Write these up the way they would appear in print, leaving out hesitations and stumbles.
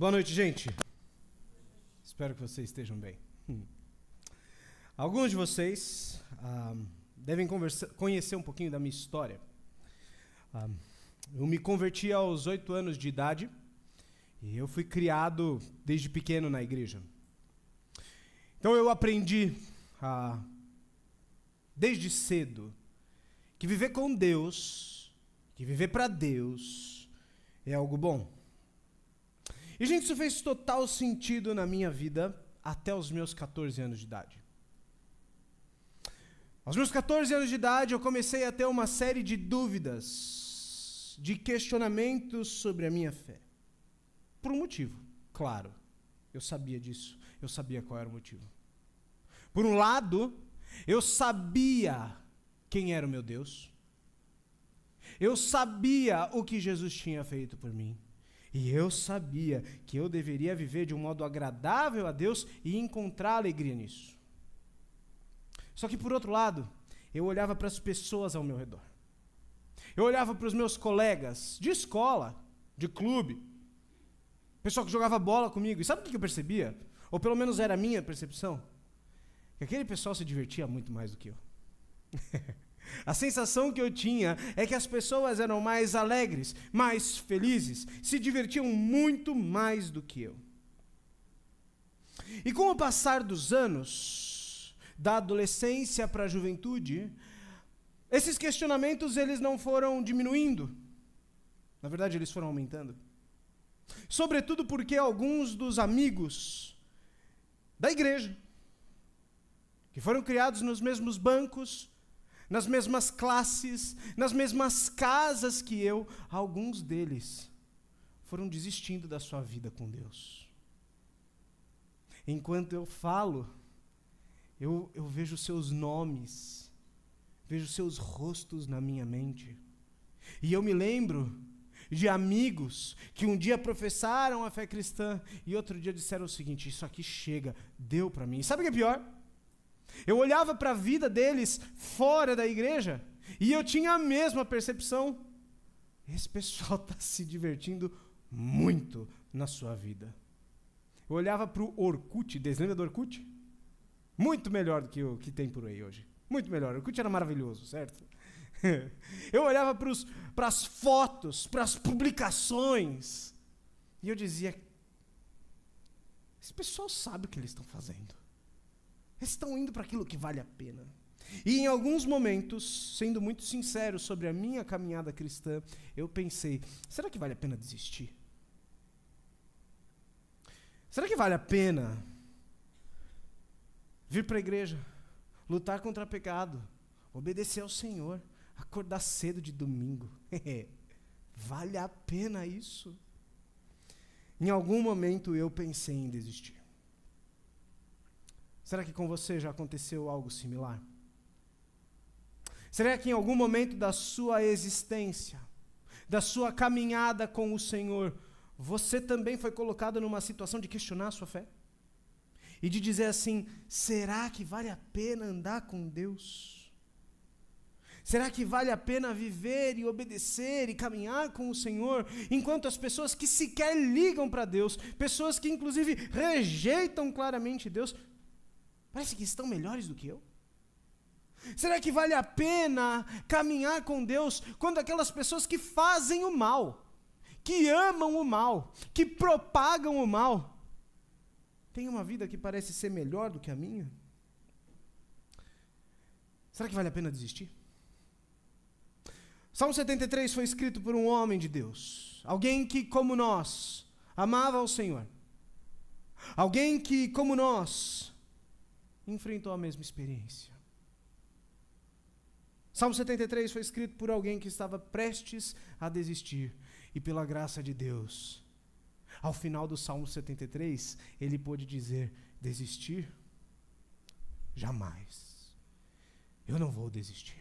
Boa noite, gente. Espero que vocês estejam bem. Alguns de vocês devem conhecer um pouquinho da minha história. Eu me converti aos 8 anos de idade e eu fui criado desde pequeno na igreja. Então eu aprendi desde cedo que viver com Deus, que viver para Deus é algo bom. E, gente, isso fez total sentido na minha vida até os meus 14 anos de idade. Aos meus 14 anos de idade, eu comecei a ter uma série de dúvidas, de questionamentos sobre a minha fé. Por um motivo, claro. Eu sabia disso. Eu sabia qual era o motivo. Por um lado, eu sabia quem era o meu Deus. Eu sabia o que Jesus tinha feito por mim. E eu sabia que eu deveria viver de um modo agradável a Deus e encontrar alegria nisso. Só que, por outro lado, eu olhava para as pessoas ao meu redor. Eu olhava para os meus colegas de escola, de clube, pessoal que jogava bola comigo. E sabe o que eu percebia? Ou pelo menos era a minha percepção? Que aquele pessoal se divertia muito mais do que eu. A sensação que eu tinha é que as pessoas eram mais alegres, mais felizes, se divertiam muito mais do que eu. E com o passar dos anos, da adolescência para a juventude, esses questionamentos eles não foram diminuindo. Na verdade, eles foram aumentando. Sobretudo porque alguns dos amigos da igreja, que foram criados nos mesmos bancos, nas mesmas classes, nas mesmas casas que eu, alguns deles foram desistindo da sua vida com Deus. Enquanto eu falo, eu vejo seus nomes, vejo seus rostos na minha mente. E eu me lembro de amigos que um dia professaram a fé cristã e outro dia disseram o seguinte: isso aqui chega, deu para mim. Sabe o que é pior? Eu olhava para a vida deles fora da igreja e eu tinha a mesma percepção. Esse pessoal está se divertindo muito na sua vida. Eu olhava para o Orkut deles, lembra do Orkut? Muito melhor do que o que tem por aí hoje. Muito melhor. O Orkut era maravilhoso, certo? Eu olhava para as fotos, para as publicações e eu dizia: esse pessoal sabe o que eles estão fazendo. Eles estão indo para aquilo que vale a pena. E em alguns momentos, sendo muito sincero sobre a minha caminhada cristã, eu pensei: será que vale a pena desistir? Será que vale a pena vir para a igreja, lutar contra o pecado, obedecer ao Senhor, acordar cedo de domingo? Vale a pena isso? Em algum momento eu pensei em desistir. Será que com você já aconteceu algo similar? Será que em algum momento da sua existência, da sua caminhada com o Senhor, você também foi colocado numa situação de questionar a sua fé? E de dizer assim: será que vale a pena andar com Deus? Será que vale a pena viver e obedecer e caminhar com o Senhor, enquanto as pessoas que sequer ligam para Deus, pessoas que inclusive rejeitam claramente Deus, parece que estão melhores do que eu? Será que vale a pena caminhar com Deus quando aquelas pessoas que fazem o mal, que amam o mal, que propagam o mal, têm uma vida que parece ser melhor do que a minha? Será que vale a pena desistir? Salmo 73 foi escrito por um homem de Deus, alguém que, como nós, amava ao Senhor, alguém que, como nós, enfrentou a mesma experiência. Salmo 73 foi escrito por alguém que estava prestes a desistir. E pela graça de Deus, ao final do Salmo 73, ele pôde dizer: desistir? Jamais. Eu não vou desistir.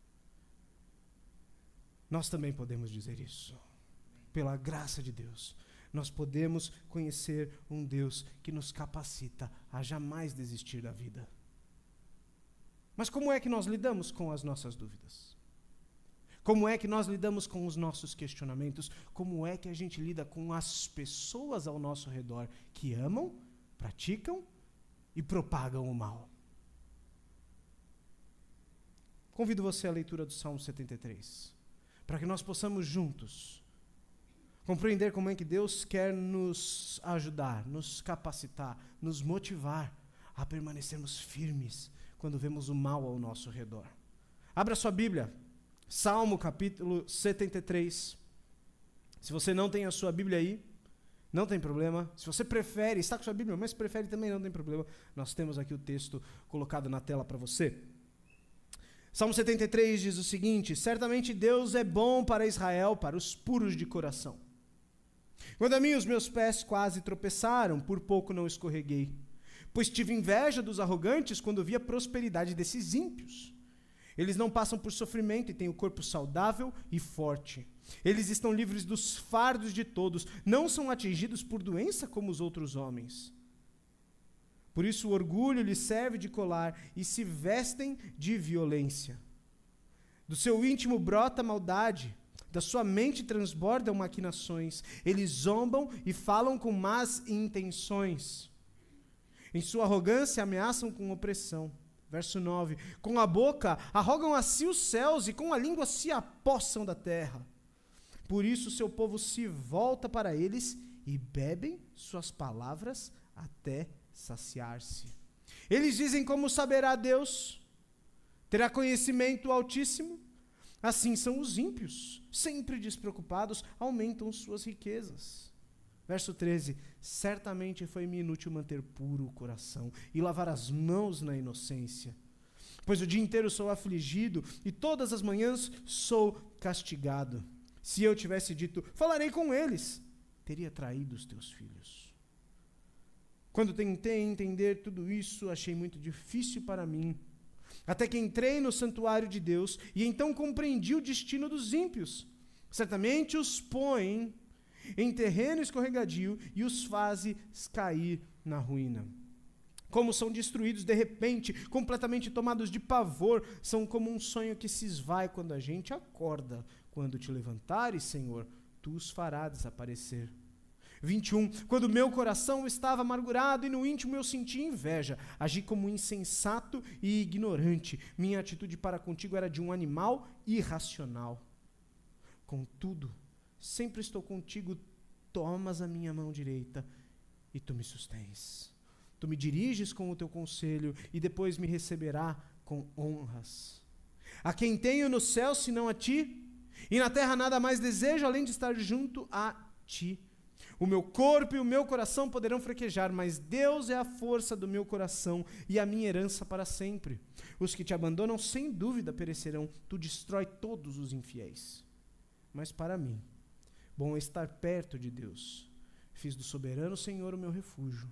Nós também podemos dizer isso. Pela graça de Deus, nós podemos conhecer um Deus que nos capacita a jamais desistir da vida. Mas como é que nós lidamos com as nossas dúvidas? Como é que nós lidamos com os nossos questionamentos? Como é que a gente lida com as pessoas ao nosso redor que amam, praticam e propagam o mal? Convido você à leitura do Salmo 73, para que nós possamos juntos compreender como é que Deus quer nos ajudar, nos capacitar, nos motivar a permanecermos firmes quando vemos o mal ao nosso redor. Abra sua Bíblia, Salmo capítulo 73. Se você não tem a sua Bíblia aí, não tem problema. Se você prefere, está com sua Bíblia, mas prefere também, não tem problema. Nós temos aqui o texto colocado na tela para você. Salmo 73 diz o seguinte: certamente Deus é bom para Israel, para os puros de coração. Quando a mim os meus pés quase tropeçaram, por pouco não escorreguei, pois tive inveja dos arrogantes quando vi a prosperidade desses ímpios. Eles não passam por sofrimento e têm o corpo saudável e forte. Eles estão livres dos fardos de todos, não são atingidos por doença como os outros homens. Por isso o orgulho lhes serve de colar e se vestem de violência. Do seu íntimo brota a maldade, da sua mente transbordam maquinações. Eles zombam e falam com más intenções. Em sua arrogância ameaçam com opressão. Verso 9. Com a boca arrogam a si os céus e com a língua se apossam da terra. Por isso seu povo se volta para eles e bebem suas palavras até saciar-se. Eles dizem: como saberá Deus? Terá conhecimento Altíssimo? Assim são os ímpios, sempre despreocupados, aumentam suas riquezas. Verso 13. Certamente foi-me inútil manter puro o coração e lavar as mãos na inocência, pois o dia inteiro sou afligido e todas as manhãs sou castigado. Se eu tivesse dito: falarei com eles, teria traído os teus filhos. Quando tentei entender tudo isso, achei muito difícil para mim, até que entrei no santuário de Deus e então compreendi o destino dos ímpios. Certamente os põe em terreno escorregadio e os faz cair na ruína. Como são destruídos de repente, completamente tomados de pavor, são como um sonho que se esvai quando a gente acorda. Quando te levantares, Senhor, tu os farás desaparecer. 21. Quando meu coração estava amargurado e no íntimo eu senti inveja, agi como insensato e ignorante. Minha atitude para contigo era de um animal irracional. Contudo, sempre estou contigo, tomas a minha mão direita e tu me sustens. Tu me diriges com o teu conselho e depois me receberá com honras. A quem tenho no céu senão a ti? E na terra nada mais desejo além de estar junto a ti. O meu corpo e o meu coração poderão fraquejar, mas Deus é a força do meu coração e a minha herança para sempre. Os que te abandonam sem dúvida perecerão, tu destrói todos os infiéis. Mas para mim, bom é estar perto de Deus. Fiz do soberano Senhor o meu refúgio.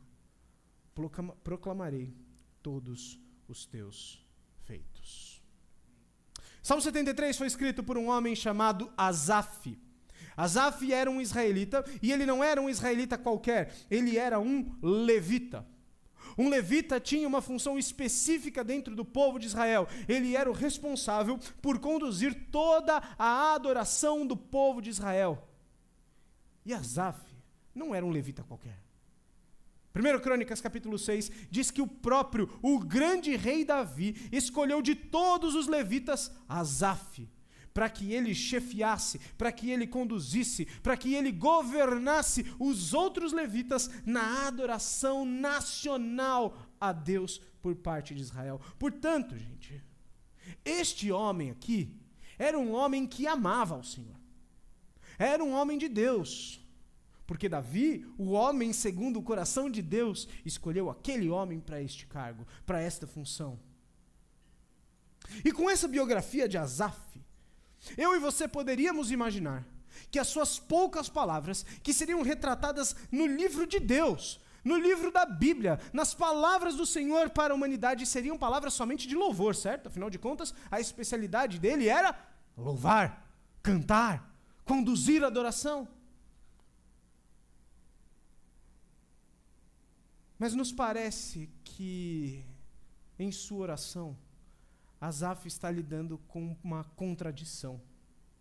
Proclamarei todos os teus feitos. Salmo 73 foi escrito por um homem chamado Asaf. Asaf era um israelita, e ele não era um israelita qualquer, ele era um levita. Um levita tinha uma função específica dentro do povo de Israel. Ele era o responsável por conduzir toda a adoração do povo de Israel. E Asaf não era um levita qualquer. 1 Crônicas capítulo 6 diz que o grande rei Davi escolheu de todos os levitas Asaf, para que ele chefiasse, para que ele conduzisse, para que ele governasse os outros levitas na adoração nacional a Deus por parte de Israel. Portanto, gente, este homem aqui era um homem que amava ao Senhor. Era um homem de Deus. Porque Davi, o homem segundo o coração de Deus, escolheu aquele homem para este cargo, para esta função. E com essa biografia de Asaf, eu e você poderíamos imaginar que as suas poucas palavras, que seriam retratadas no livro de Deus, no livro da Bíblia, nas palavras do Senhor para a humanidade, seriam palavras somente de louvor, certo? Afinal de contas, a especialidade dele era louvar, cantar, conduzir a adoração. Mas nos parece que, em sua oração, Asaf está lidando com uma contradição.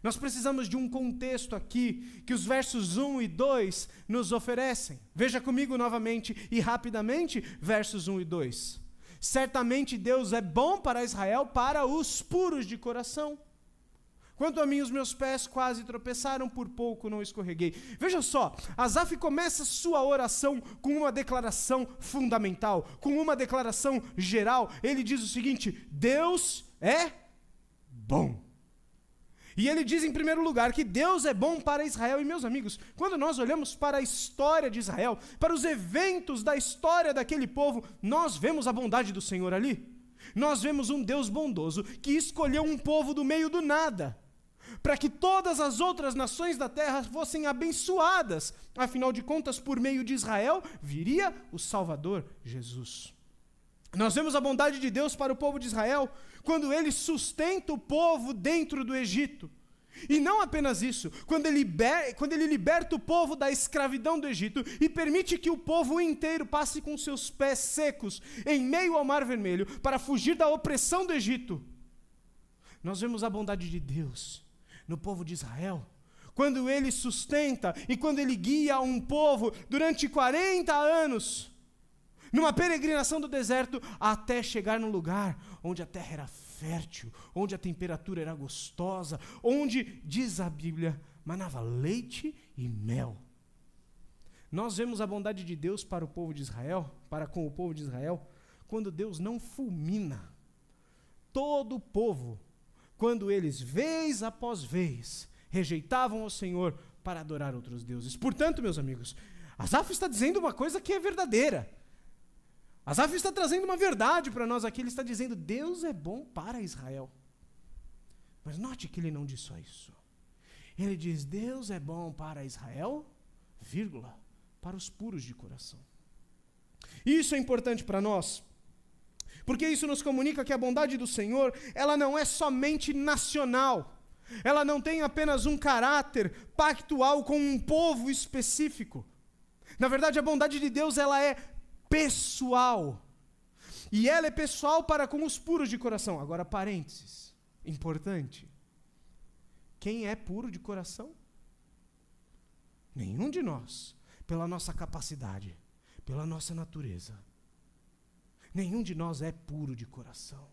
Nós precisamos de um contexto aqui que os versos 1 e 2 nos oferecem. Veja comigo novamente e rapidamente versos 1 e 2. Certamente Deus é bom para Israel, para os puros de coração. Quanto a mim, os meus pés quase tropeçaram, por pouco não escorreguei. Veja só, Asaf começa sua oração com uma declaração fundamental, com uma declaração geral. Ele diz o seguinte: Deus é bom. E ele diz em primeiro lugar que Deus é bom para Israel. E meus amigos, quando nós olhamos para a história de Israel, para os eventos da história daquele povo, nós vemos a bondade do Senhor ali. Nós vemos um Deus bondoso que escolheu um povo do meio do nada, para que todas as outras nações da terra fossem abençoadas. Afinal de contas, por meio de Israel, viria o Salvador, Jesus. Nós vemos a bondade de Deus para o povo de Israel, quando ele sustenta o povo dentro do Egito. E não apenas isso, quando ele liberta o povo da escravidão do Egito e permite que o povo inteiro passe com seus pés secos em meio ao Mar Vermelho para fugir da opressão do Egito. Nós vemos a bondade de Deus no povo de Israel, quando ele sustenta e quando ele guia um povo durante 40 anos, numa peregrinação do deserto, até chegar num lugar onde a terra era fértil, onde a temperatura era gostosa, onde, diz a Bíblia, manava leite e mel. Nós vemos a bondade de Deus para o povo de Israel, para com o povo de Israel, quando Deus não fulmina todo o povo, quando eles, vez após vez, rejeitavam o Senhor para adorar outros deuses. Portanto, meus amigos, Asaf está dizendo uma coisa que é verdadeira. Asaf está trazendo uma verdade para nós aqui. Ele está dizendo: Deus é bom para Israel. Mas note que ele não diz só isso. Ele diz: Deus é bom para Israel, vírgula, para os puros de coração. E isso é importante para nós, porque isso nos comunica que a bondade do Senhor, ela não é somente nacional. Ela não tem apenas um caráter pactual com um povo específico. Na verdade, a bondade de Deus, ela é pessoal. E ela é pessoal para com os puros de coração. Agora, parênteses, importante. Quem é puro de coração? Nenhum de nós, pela nossa capacidade, pela nossa natureza. Nenhum de nós é puro de coração.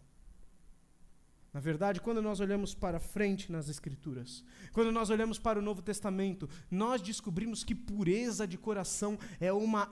Na verdade, quando nós olhamos para frente nas Escrituras, quando nós olhamos para o Novo Testamento, nós descobrimos que pureza de coração é uma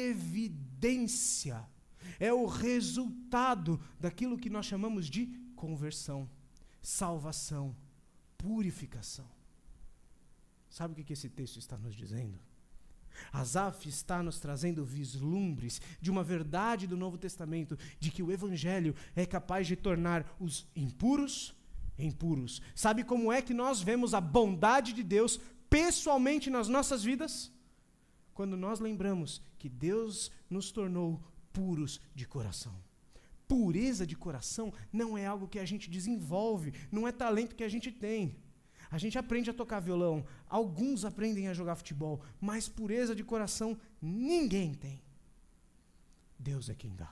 evidência, é o resultado daquilo que nós chamamos de conversão, salvação, purificação. Sabe o que esse texto está nos dizendo? Asaf está nos trazendo vislumbres de uma verdade do Novo Testamento, de que o Evangelho é capaz de tornar os impuros em puros. Sabe como é que nós vemos a bondade de Deus pessoalmente nas nossas vidas? Quando nós lembramos que Deus nos tornou puros de coração. Pureza de coração não é algo que a gente desenvolve, não é talento que a gente tem. A gente aprende a tocar violão, alguns aprendem a jogar futebol, mas pureza de coração ninguém tem. Deus é quem dá.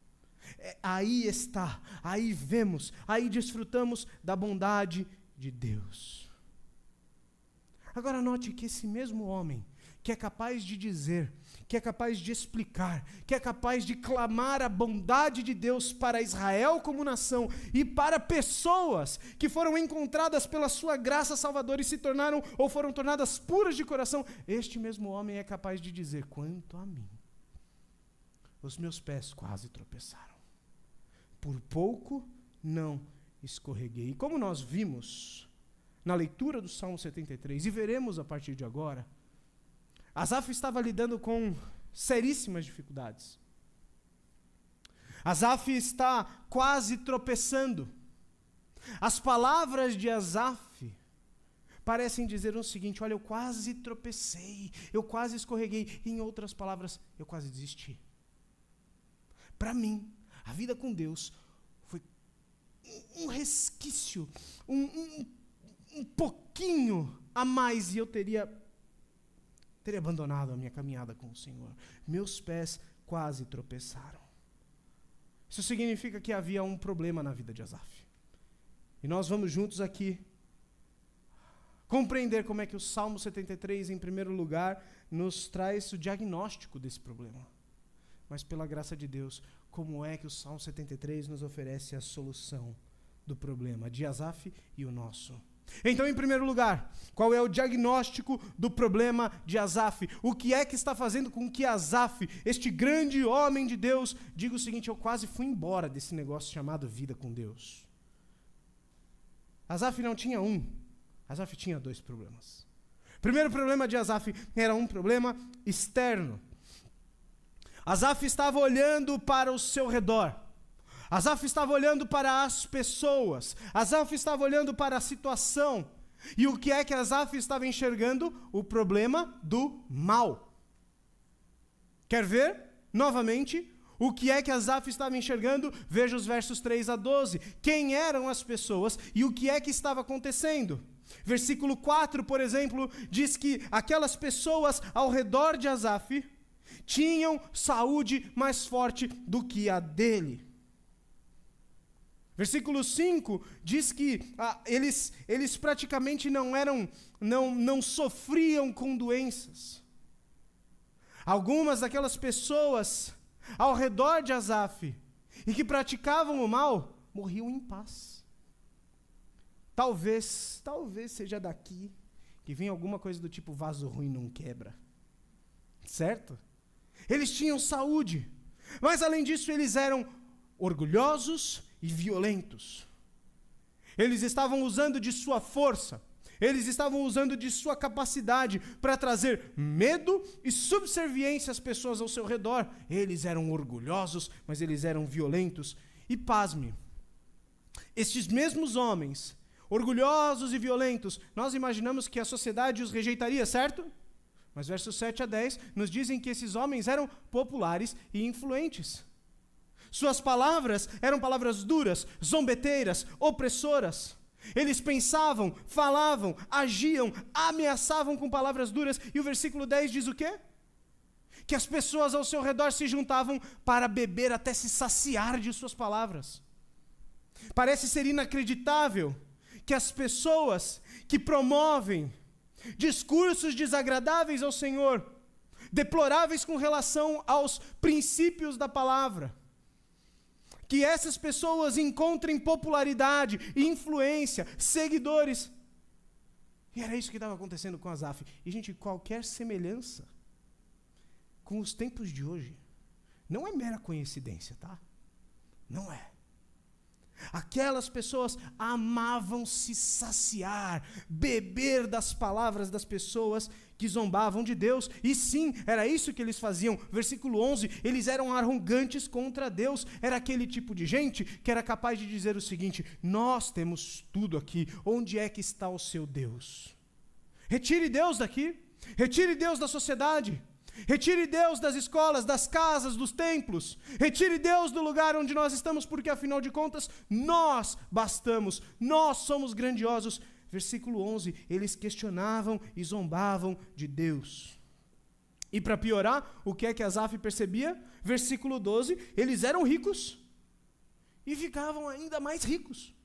Aí está, aí vemos, aí desfrutamos da bondade de Deus. Agora note que esse mesmo homem, que é capaz de dizer, que é capaz de explicar, que é capaz de clamar a bondade de Deus para Israel como nação e para pessoas que foram encontradas pela sua graça salvadora e se tornaram ou foram tornadas puras de coração, este mesmo homem é capaz de dizer: quanto a mim, os meus pés quase tropeçaram, por pouco não escorreguei. E como nós vimos na leitura do Salmo 73, e veremos a partir de agora, Asaf estava lidando com seríssimas dificuldades. Asaf está quase tropeçando. As palavras de Asaf parecem dizer o seguinte: olha, eu quase tropecei, eu quase escorreguei. Em outras palavras, eu quase desisti. Para mim, a vida com Deus foi um resquício, um pouquinho a mais e eu teria abandonado a minha caminhada com o Senhor. Meus pés quase tropeçaram. Isso significa que havia um problema na vida de Asaf. E nós vamos juntos aqui compreender como é que o Salmo 73, em primeiro lugar, nos traz o diagnóstico desse problema. Mas pela graça de Deus, como é que o Salmo 73 nos oferece a solução do problema de Asaf e o nosso? Então, em primeiro lugar, qual é o diagnóstico do problema de Asaf? O que é que está fazendo com que Asaf, este grande homem de Deus, diga o seguinte: eu quase fui embora desse negócio chamado vida com Deus. Asaf não tinha um, Asaf tinha dois problemas. O primeiro problema de Asaf era um problema externo. Asaf estava olhando para o seu redor. Asaf estava olhando para as pessoas. Asaf estava olhando para a situação. E o que é que Asaf estava enxergando? O problema do mal. Quer ver? Novamente, o que é que Asaf estava enxergando? Veja os versos 3 a 12. Quem eram as pessoas e o que é que estava acontecendo? Versículo 4, por exemplo, diz que aquelas pessoas ao redor de Asaf tinham saúde mais forte do que a dele. Versículo 5 diz que eles praticamente não sofriam com doenças. Algumas daquelas pessoas ao redor de Asaf e que praticavam o mal morriam em paz. Talvez seja daqui que vem alguma coisa do tipo vaso ruim não quebra. Certo? Eles tinham saúde, mas além disso eles eram orgulhosos e violentos. Eles estavam usando de sua força, eles estavam usando de sua capacidade para trazer medo e subserviência às pessoas ao seu redor. Eles eram orgulhosos, mas eles eram violentos. E pasme, estes mesmos homens, orgulhosos e violentos, nós imaginamos que a sociedade os rejeitaria, certo? Mas versos 7 a 10 nos dizem que esses homens eram populares e influentes. Suas palavras eram palavras duras, zombeteiras, opressoras. Eles pensavam, falavam, agiam, ameaçavam com palavras duras. E o versículo 10 diz o quê? Que as pessoas ao seu redor se juntavam para beber até se saciar de suas palavras. Parece ser inacreditável que as pessoas que promovem discursos desagradáveis ao Senhor, deploráveis com relação aos princípios da palavra, que essas pessoas encontrem popularidade, influência, seguidores. E era isso que estava acontecendo com Asaf. E, gente, qualquer semelhança com os tempos de hoje não é mera coincidência, tá? Não é. Aquelas pessoas amavam se saciar, beber das palavras das pessoas que zombavam de Deus. E sim, era isso que eles faziam. Versículo 11, eles eram arrogantes contra Deus. Era aquele tipo de gente que era capaz de dizer o seguinte: nós temos tudo aqui, onde é que está o seu Deus? Retire Deus daqui, retire Deus da sociedade, retire Deus das escolas, das casas, dos templos. Retire Deus do lugar onde nós estamos, porque afinal de contas, nós bastamos, nós somos grandiosos. Versículo 11, eles questionavam e zombavam de Deus. E para piorar, o que é que Asaf percebia? Versículo 12, eles eram ricos e ficavam ainda mais ricos.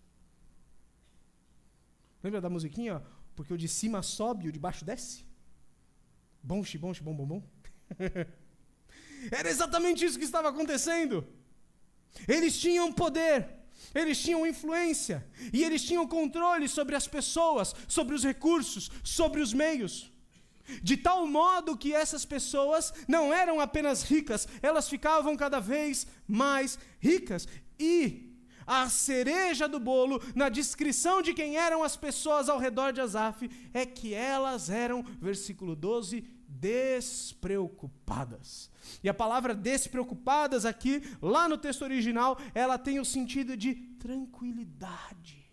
Lembra da musiquinha? Porque o de cima sobe e o de baixo desce? Bom, bom, bom, bom, bom. Era exatamente isso que estava acontecendo. Eles tinham poder, eles tinham influência, e eles tinham controle sobre as pessoas, sobre os recursos, sobre os meios. De tal modo que essas pessoas não eram apenas ricas, elas ficavam cada vez mais ricas. E a cereja do bolo, na descrição de quem eram as pessoas ao redor de Asaf, é que elas eram, versículo 12, despreocupadas. E a palavra despreocupadas aqui, lá no texto original, ela tem o sentido de tranquilidade.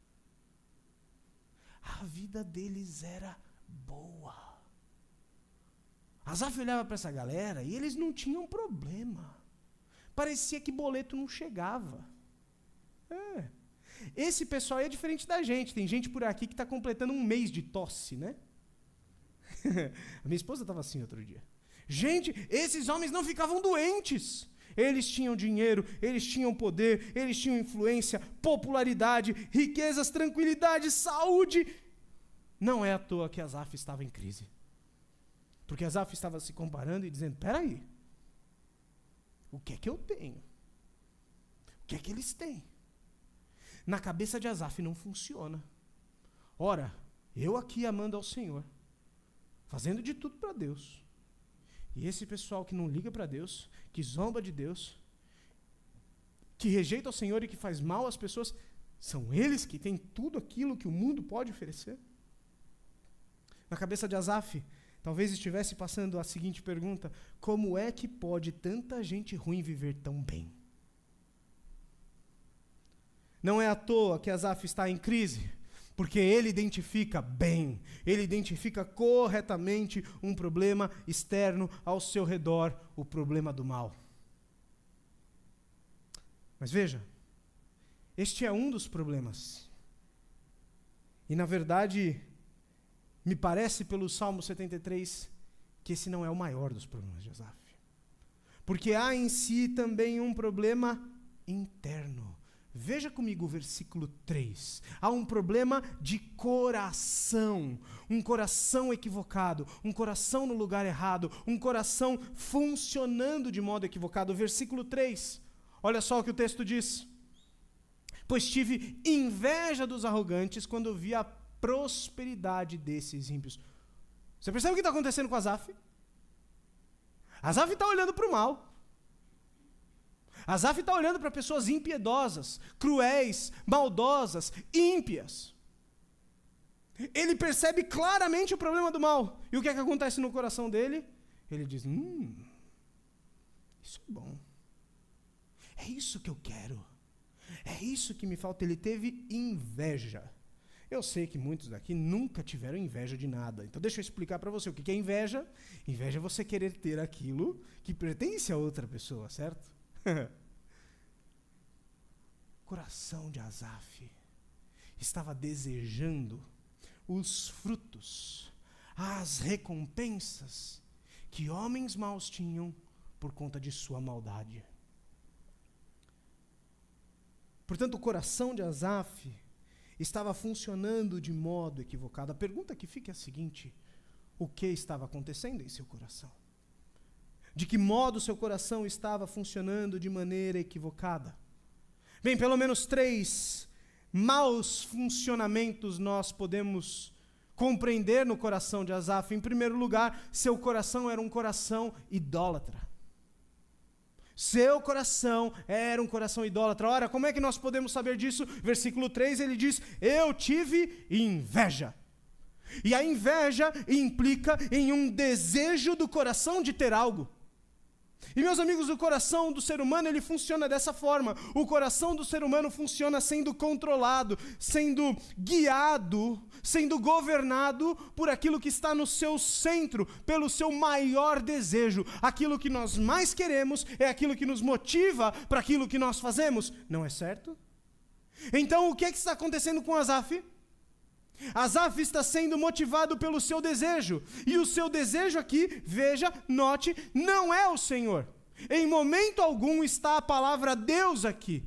A vida deles era boa. Asaf olhava para essa galera e eles não tinham problema. Parecia que boleto não chegava. Esse pessoal aí é diferente da gente. Tem gente por aqui que está completando um mês de tosse, né? A minha esposa estava assim outro dia. Gente, esses homens não ficavam doentes. Eles tinham dinheiro, eles tinham poder, eles tinham influência, popularidade, riquezas, tranquilidade, saúde. Não é à toa que Asaf estava em crise. Porque Asaf estava se comparando e dizendo, peraí, o que é que eu tenho? O que é que eles têm? Na cabeça de Asaf não funciona. Ora, eu aqui amando ao Senhor, fazendo de tudo para Deus, e esse pessoal que não liga para Deus, que zomba de Deus, que rejeita o Senhor e que faz mal às pessoas, são eles que têm tudo aquilo que o mundo pode oferecer? Na cabeça de Asaf, talvez estivesse passando a seguinte pergunta: como é que pode tanta gente ruim viver tão bem? Não é à toa que Asaf está em crise, porque ele identifica bem, ele identifica corretamente um problema externo ao seu redor, o problema do mal. Mas veja, este é um dos problemas. E na verdade, me parece pelo Salmo 73 que esse não é o maior dos problemas de Asaf. Porque há em si também um problema interno. Veja comigo o versículo 3. Há um problema de coração. Um coração equivocado. Um coração no lugar errado. Um coração funcionando de modo equivocado. Versículo 3. Olha só o que o texto diz. Pois tive inveja dos arrogantes quando vi a prosperidade desses ímpios. Você percebe o que está acontecendo com Asaf? Asaf está olhando para o mal. Asaf está olhando para pessoas impiedosas, cruéis, maldosas, ímpias. Ele percebe claramente o problema do mal. E o que é que acontece no coração dele? Ele diz, isso é bom. É isso que eu quero. É isso que me falta. Ele teve inveja. Eu sei que muitos daqui nunca tiveram inveja de nada. Então deixa eu explicar para você o que é inveja. Inveja é você querer ter aquilo que pertence a outra pessoa, certo? O coração de Asaf estava desejando os frutos, as recompensas que homens maus tinham por conta de sua maldade. Portanto, o coração de Asaf estava funcionando de modo equivocado. A pergunta que fica é a seguinte: o que estava acontecendo em seu coração? De que modo seu coração estava funcionando de maneira equivocada? Bem, pelo menos 3 maus funcionamentos nós podemos compreender no coração de Asaf. Em primeiro lugar, seu coração era um coração idólatra. Seu coração era um coração idólatra. Ora, como é que nós podemos saber disso? Versículo 3, ele diz, eu tive inveja. E a inveja implica em um desejo do coração de ter algo. E meus amigos, o coração do ser humano, ele funciona dessa forma. O coração do ser humano funciona sendo controlado, sendo guiado, sendo governado por aquilo que está no seu centro, pelo seu maior desejo. Aquilo que nós mais queremos é aquilo que nos motiva para aquilo que nós fazemos. Não é certo? Então, o que é que está acontecendo com Asaf? Asaf está sendo motivado pelo seu desejo, e o seu desejo aqui, veja, note, não é o Senhor. Em momento algum está a palavra Deus aqui.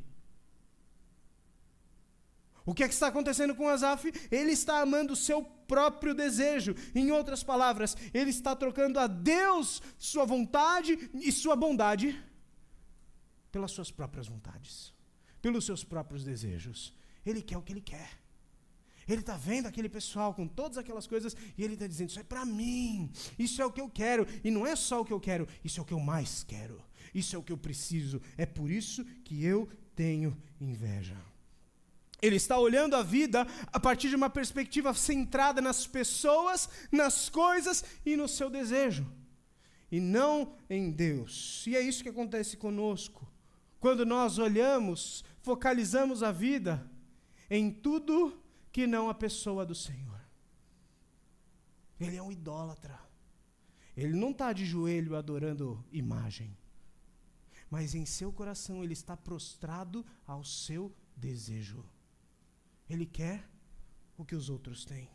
O que é que está acontecendo com Asaf? Ele está amando o seu próprio desejo. Em outras palavras, ele está trocando a Deus, sua vontade e sua bondade, pelas suas próprias vontades, pelos seus próprios desejos. Ele quer o que ele quer. Ele está vendo aquele pessoal com todas aquelas coisas e ele está dizendo, isso é para mim, isso é o que eu quero. E não é só o que eu quero, isso é o que eu mais quero. Isso é o que eu preciso. É por isso que eu tenho inveja. Ele está olhando a vida a partir de uma perspectiva centrada nas pessoas, nas coisas e no seu desejo. E não em Deus. E é isso que acontece conosco. Quando nós olhamos, focalizamos a vida em tudo que não a pessoa do Senhor. Ele é um idólatra. Ele não está de joelho adorando imagem, mas em seu coração ele está prostrado ao seu desejo. Ele quer o que os outros têm.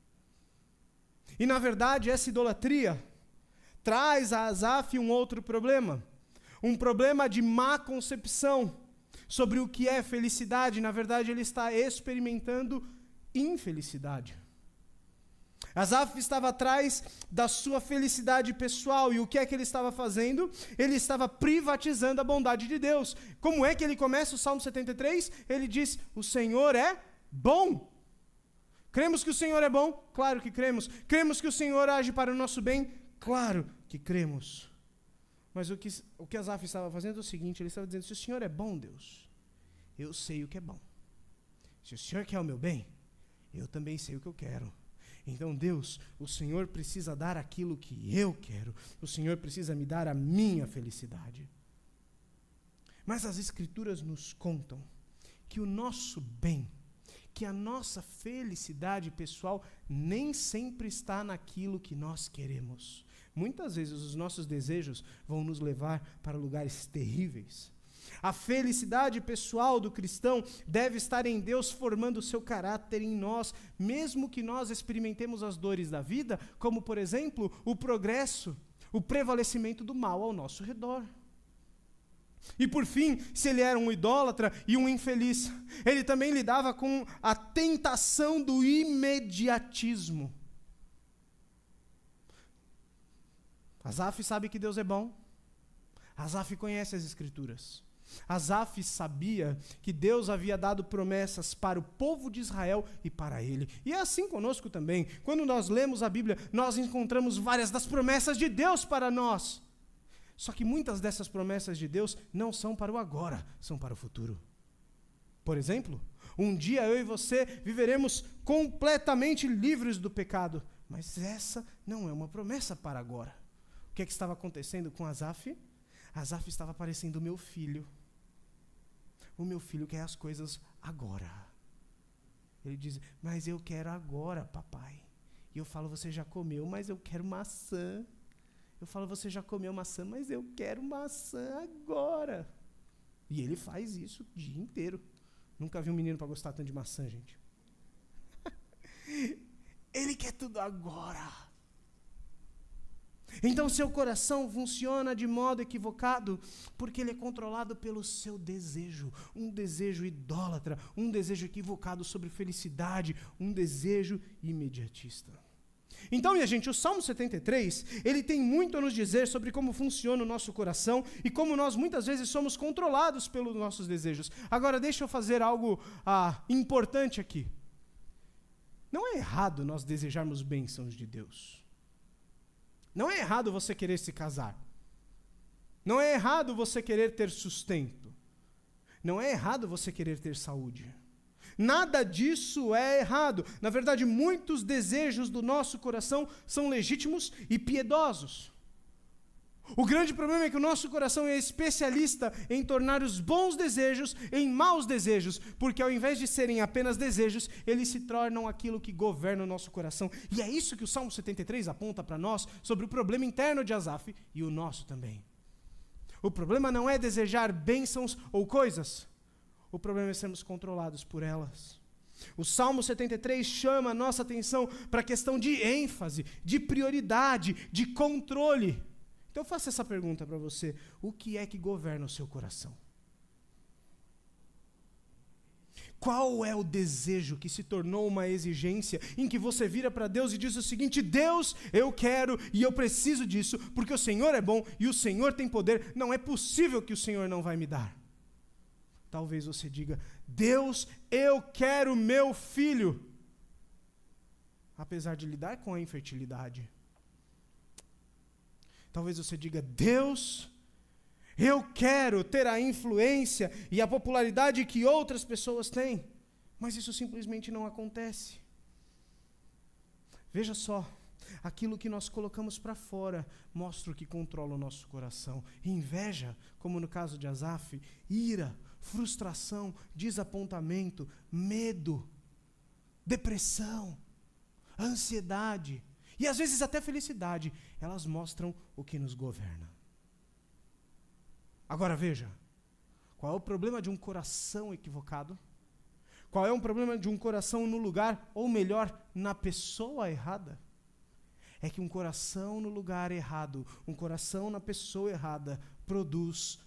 E na verdade essa idolatria traz a Asaf um outro problema. Um problema de má concepção sobre o que é felicidade. Na verdade ele está experimentando infelicidade. Asaf estava atrás da sua felicidade pessoal. E o que é que ele estava fazendo? Ele estava privatizando a bondade de Deus. Como é que ele começa o Salmo 73? Ele diz, o Senhor é bom. Cremos que o Senhor é bom? Claro que cremos. Cremos que o Senhor age para o nosso bem? Claro que cremos. Mas o que Asaf estava fazendo é o seguinte, ele estava dizendo, se o Senhor é bom, Deus, eu sei o que é bom. Se o Senhor quer o meu bem, eu também sei o que eu quero. Então, Deus, o Senhor precisa dar aquilo que eu quero. O Senhor precisa me dar a minha felicidade. Mas as Escrituras nos contam que o nosso bem, que a nossa felicidade pessoal nem sempre está naquilo que nós queremos. Muitas vezes os nossos desejos vão nos levar para lugares terríveis. A felicidade pessoal do cristão deve estar em Deus formando o seu caráter em nós, mesmo que nós experimentemos as dores da vida, como, por exemplo, o progresso, o prevalecimento do mal ao nosso redor. E por fim, se ele era um idólatra e um infeliz, ele também lidava com a tentação do imediatismo. Asaf sabe que Deus é bom. Asaf conhece as Escrituras. Asaf sabia que Deus havia dado promessas para o povo de Israel e para ele. E é assim conosco também. Quando nós lemos a Bíblia, nós encontramos várias das promessas de Deus para nós. Só que muitas dessas promessas de Deus não são para o agora, são para o futuro. Por exemplo, um dia eu e você viveremos completamente livres do pecado. Mas essa não é uma promessa para agora. O que é que estava acontecendo com Asaf? Asaf estava parecendo o meu filho. O meu filho quer as coisas agora. Ele diz, mas eu quero agora, papai. E eu falo, você já comeu, mas eu quero maçã. Eu falo, você já comeu maçã, mas eu quero maçã agora. E ele faz isso o dia inteiro. Nunca vi um menino para gostar tanto de maçã, gente. Ele quer tudo agora. Então seu coração funciona de modo equivocado, porque ele é controlado pelo seu desejo, um desejo idólatra, um desejo equivocado sobre felicidade, um desejo imediatista. Então, minha gente, o Salmo 73, ele tem muito a nos dizer sobre como funciona o nosso coração e como nós muitas vezes somos controlados pelos nossos desejos. Agora, deixa eu fazer algo importante aqui. Não é errado nós desejarmos bênçãos de Deus. Não é errado você querer se casar. Não é errado você querer ter sustento. Não é errado você querer ter saúde. Nada disso é errado. Na verdade, muitos desejos do nosso coração são legítimos e piedosos. O grande problema é que o nosso coração é especialista em tornar os bons desejos em maus desejos, porque ao invés de serem apenas desejos, eles se tornam aquilo que governa o nosso coração. E é isso que o Salmo 73 aponta para nós sobre o problema interno de Asaf e o nosso também. O problema não é desejar bênçãos ou coisas, o problema é sermos controlados por elas. O Salmo 73 chama a nossa atenção para a questão de ênfase, de prioridade, de controle. Então eu faço essa pergunta para você: o que é que governa o seu coração? Qual é o desejo que se tornou uma exigência, em que você vira para Deus e diz o seguinte: Deus, eu quero e eu preciso disso, porque o Senhor é bom e o Senhor tem poder, não é possível que o Senhor não vai me dar. Talvez você diga: Deus, eu quero meu filho, apesar de lidar com a infertilidade. Talvez você diga: Deus, eu quero ter a influência e a popularidade que outras pessoas têm, mas isso simplesmente não acontece. Veja só, aquilo que nós colocamos para fora mostra o que controla o nosso coração. Inveja, como no caso de Asaf, ira, frustração, desapontamento, medo, depressão, ansiedade e às vezes até felicidade, elas mostram o que nos governa. Agora veja, qual é o problema de um coração equivocado? Qual é o problema de um coração no lugar, ou melhor, na pessoa errada? É que um coração no lugar errado, um coração na pessoa errada, produz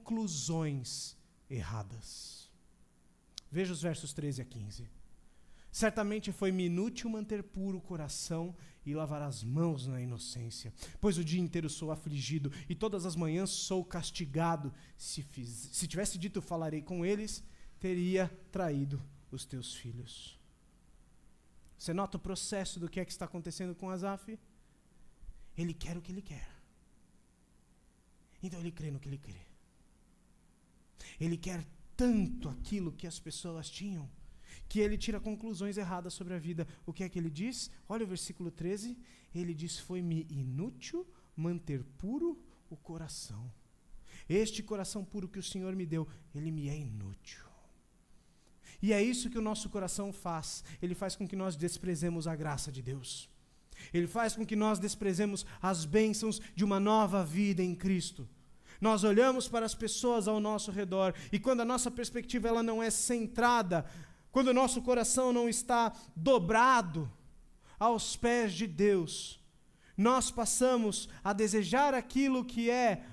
conclusões erradas. Veja os versos 13 a 15. Certamente foi-me inútil manter puro o coração e lavar as mãos na inocência, pois o dia inteiro sou afligido e todas as manhãs sou castigado. Se tivesse dito falarei com eles, teria traído os teus filhos. Você nota o processo do que é que está acontecendo com Asaf? Ele quer o que ele quer. Então ele crê no que ele crê. Ele quer tanto aquilo que as pessoas tinham, que ele tira conclusões erradas sobre a vida. O que é que ele diz? Olha o versículo 13. Ele diz, foi-me inútil manter puro o coração. Este coração puro que o Senhor me deu, ele me é inútil. E é isso que o nosso coração faz. Ele faz com que nós desprezemos a graça de Deus. Ele faz com que nós desprezemos as bênçãos de uma nova vida em Cristo. Nós olhamos para as pessoas ao nosso redor e quando a nossa perspectiva ela não é centrada, quando o nosso coração não está dobrado aos pés de Deus, nós passamos a desejar aquilo que é,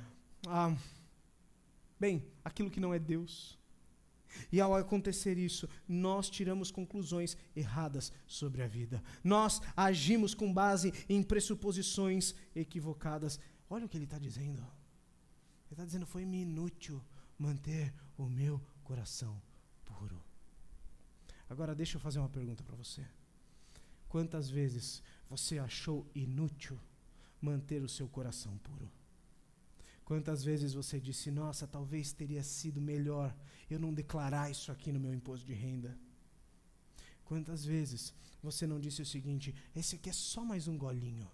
aquilo que não é Deus. E ao acontecer isso, nós tiramos conclusões erradas sobre a vida. Nós agimos com base em pressuposições equivocadas. Olha o que ele está dizendo. Ele está dizendo, foi-me inútil manter o meu coração puro. Agora deixa eu fazer uma pergunta para você. Quantas vezes você achou inútil manter o seu coração puro? Quantas vezes você disse, nossa, talvez teria sido melhor eu não declarar isso aqui no meu imposto de renda? Quantas vezes você não disse o seguinte, esse aqui é só mais um golinho?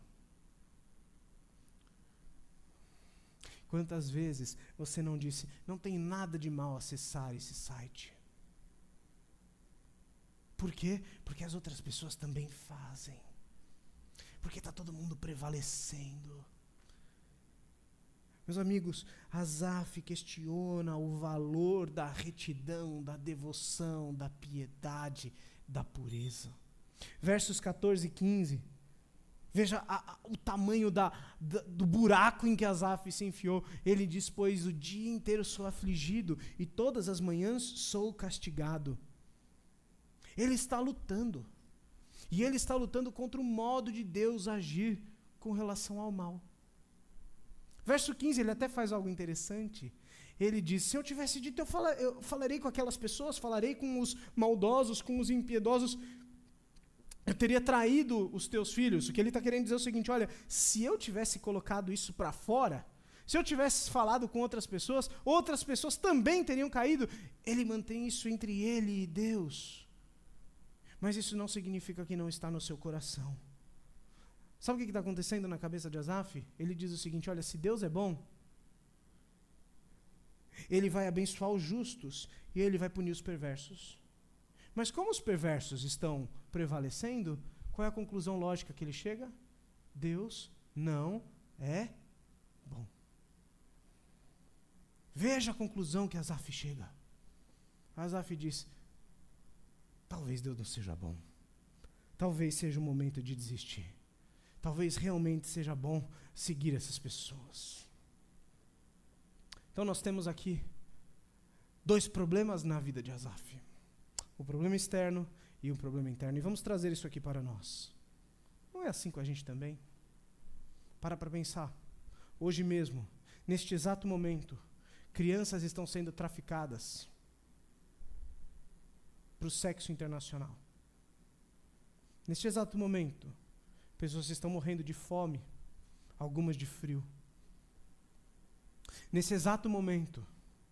Quantas vezes você não disse, não tem nada de mal acessar esse site? Por quê? Porque as outras pessoas também fazem. Porque está todo mundo prevalecendo. Meus amigos, Asaf questiona o valor da retidão, da devoção, da piedade, da pureza. Versos 14 e 15. Veja o tamanho do buraco em que Asaf se enfiou. Ele diz, pois o dia inteiro sou afligido e todas as manhãs sou castigado. Ele está lutando. E ele está lutando contra o modo de Deus agir com relação ao mal. Verso 15, ele até faz algo interessante. Ele diz, se eu tivesse dito, eu falarei com aquelas pessoas, falarei com os maldosos, com os impiedosos, eu teria traído os teus filhos. O que ele está querendo dizer é o seguinte, olha, se eu tivesse colocado isso para fora, se eu tivesse falado com outras pessoas também teriam caído. Ele mantém isso entre ele e Deus. Mas isso não significa que não está no seu coração. Sabe o que está acontecendo na cabeça de Asaf? Ele diz o seguinte, olha, se Deus é bom, Ele vai abençoar os justos e Ele vai punir os perversos. Mas como os perversos estão prevalecendo, qual é a conclusão lógica que ele chega? Deus não é bom. Veja a conclusão que Asaf chega. Asaf diz, talvez Deus não seja bom. Talvez seja o momento de desistir. Talvez realmente seja bom seguir essas pessoas. Então nós temos aqui dois problemas na vida de Asaf. O problema externo e o problema interno. E vamos trazer isso aqui para nós. Não é assim com a gente também? Para pensar. Hoje mesmo, neste exato momento, crianças estão sendo traficadas para o sexo internacional. Neste exato momento, pessoas estão morrendo de fome, algumas de frio. Nesse exato momento,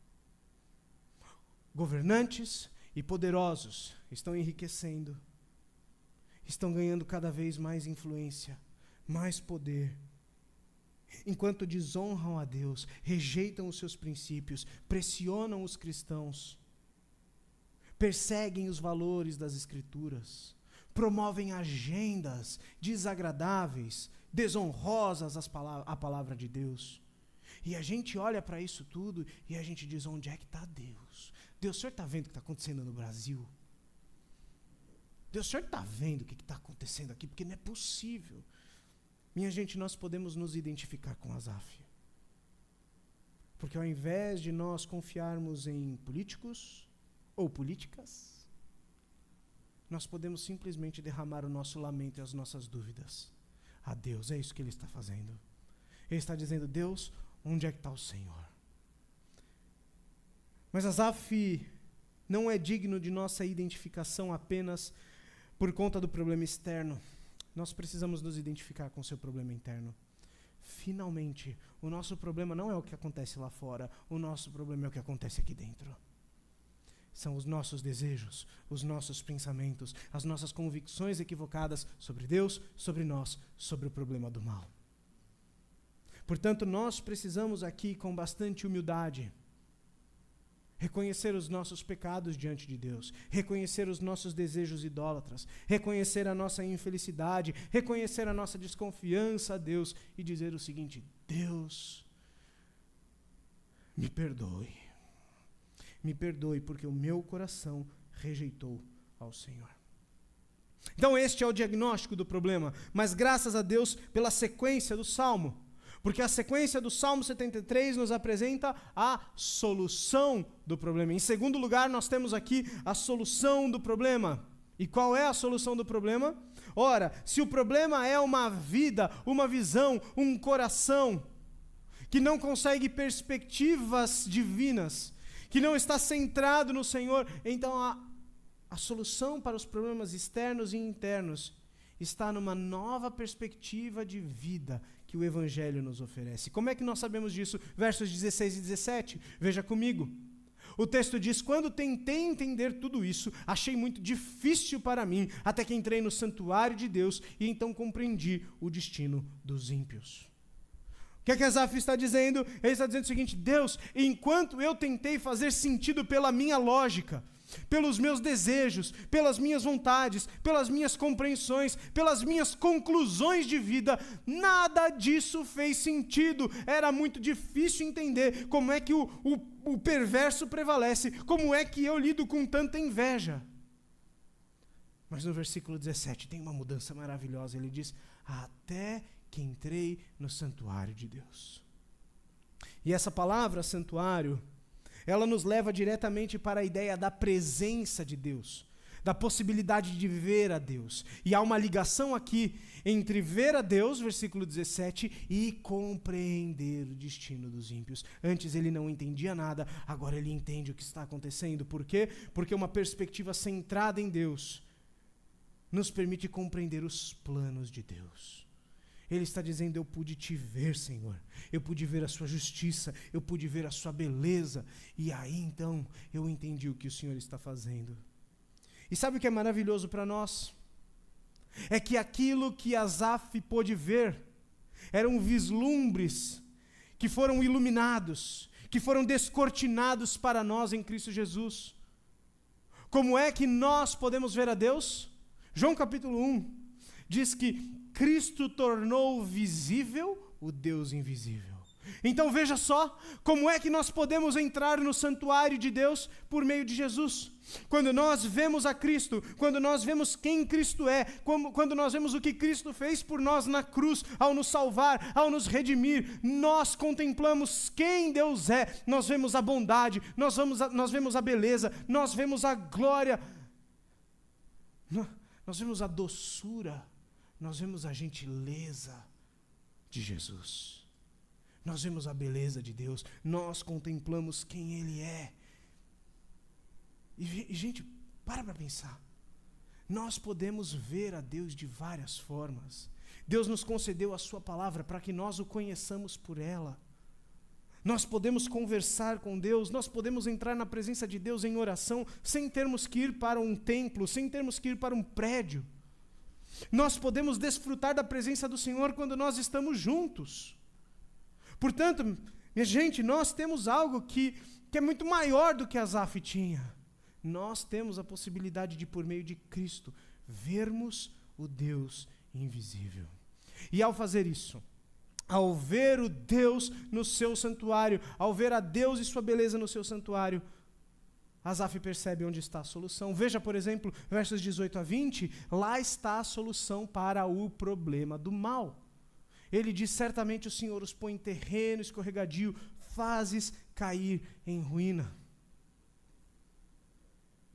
governantes e poderosos estão enriquecendo, estão ganhando cada vez mais influência, mais poder, enquanto desonram a Deus, rejeitam os seus princípios, pressionam os cristãos, perseguem os valores das Escrituras, promovem agendas desagradáveis, desonrosas à palavra de Deus. E a gente olha para isso tudo e a gente diz, onde é que está Deus? Deus, o Senhor está vendo o que está acontecendo no Brasil? Deus, o Senhor está vendo o que está acontecendo aqui? Porque não é possível. Minha gente, nós podemos nos identificar com Asaf. Porque ao invés de nós confiarmos em políticos ou políticas, nós podemos simplesmente derramar o nosso lamento e as nossas dúvidas a Deus. É isso que Ele está fazendo. Ele está dizendo: Deus, onde é que está o Senhor? Mas Asaf não é digno de nossa identificação apenas por conta do problema externo. Nós precisamos nos identificar com o seu problema interno. Finalmente, o nosso problema não é o que acontece lá fora, o nosso problema é o que acontece aqui dentro. São os nossos desejos, os nossos pensamentos, as nossas convicções equivocadas sobre Deus, sobre nós, sobre o problema do mal. Portanto, nós precisamos aqui, com bastante humildade, reconhecer os nossos pecados diante de Deus, reconhecer os nossos desejos idólatras, reconhecer a nossa infelicidade, reconhecer a nossa desconfiança a Deus e dizer o seguinte: Deus, me perdoe. Me perdoe porque o meu coração rejeitou ao Senhor. Então este é o diagnóstico do problema, mas graças a Deus pela sequência do Salmo, porque a sequência do Salmo 73 nos apresenta a solução do problema. Em segundo lugar, nós temos aqui a solução do problema. E qual é a solução do problema? Ora, se o problema é uma vida, uma visão, um coração que não consegue perspectivas divinas, que não está centrado no Senhor, então a solução para os problemas externos e internos está numa nova perspectiva de vida que o Evangelho nos oferece. Como é que nós sabemos disso? Versos 16 e 17, veja comigo. O texto diz: quando tentei entender tudo isso, achei muito difícil para mim, até que entrei no santuário de Deus e então compreendi o destino dos ímpios. O que é que Asaf está dizendo? Ele está dizendo o seguinte: Deus, enquanto eu tentei fazer sentido pela minha lógica, pelos meus desejos, pelas minhas vontades, pelas minhas compreensões, pelas minhas conclusões de vida, nada disso fez sentido. Era muito difícil entender como é que o perverso prevalece, como é que eu lido com tanta inveja. Mas no versículo 17 tem uma mudança maravilhosa. Ele diz: até que entrei no santuário de Deus. E essa palavra santuário, ela nos leva diretamente para a ideia da presença de Deus, da possibilidade de ver a Deus. E há uma ligação aqui entre ver a Deus, versículo 17, e compreender o destino dos ímpios. Antes ele não entendia nada, agora ele entende o que está acontecendo. Por quê? Porque uma perspectiva centrada em Deus nos permite compreender os planos de Deus. Ele está dizendo: eu pude te ver, Senhor, eu pude ver a sua justiça, eu pude ver a sua beleza, e aí então eu entendi o que o Senhor está fazendo. E sabe o que é maravilhoso para nós? É que aquilo que Asaf pôde ver eram vislumbres que foram iluminados, que foram descortinados para nós em Cristo Jesus. Como é que nós podemos ver a Deus? João capítulo 1 diz que Cristo tornou visível o Deus invisível. Então veja só, como é que nós podemos entrar no santuário de Deus por meio de Jesus? Quando nós vemos a Cristo, quando nós vemos quem Cristo é, quando nós vemos o que Cristo fez por nós na cruz, ao nos salvar, ao nos redimir, nós contemplamos quem Deus é, nós vemos a bondade, nós vemos a beleza, nós vemos a glória, nós vemos a doçura, nós vemos a gentileza de Jesus. Nós vemos a beleza de Deus. Nós contemplamos quem Ele é. E gente, para pensar. Nós podemos ver a Deus de várias formas. Deus nos concedeu a sua palavra para que nós o conheçamos por ela. Nós podemos conversar com Deus, nós podemos entrar na presença de Deus em oração sem termos que ir para um templo, sem termos que ir para um prédio. Nós podemos desfrutar da presença do Senhor quando nós estamos juntos. Portanto, minha gente, nós temos algo que é muito maior do que Asaf tinha. Nós temos a possibilidade de, por meio de Cristo, vermos o Deus invisível. E ao fazer isso, ao ver o Deus no seu santuário, ao ver a Deus e sua beleza no seu santuário, Asaf percebe onde está a solução. Veja, por exemplo, versos 18 a 20, lá está a solução para o problema do mal. Ele diz: certamente o Senhor os põe em terreno escorregadio, fazes cair em ruína.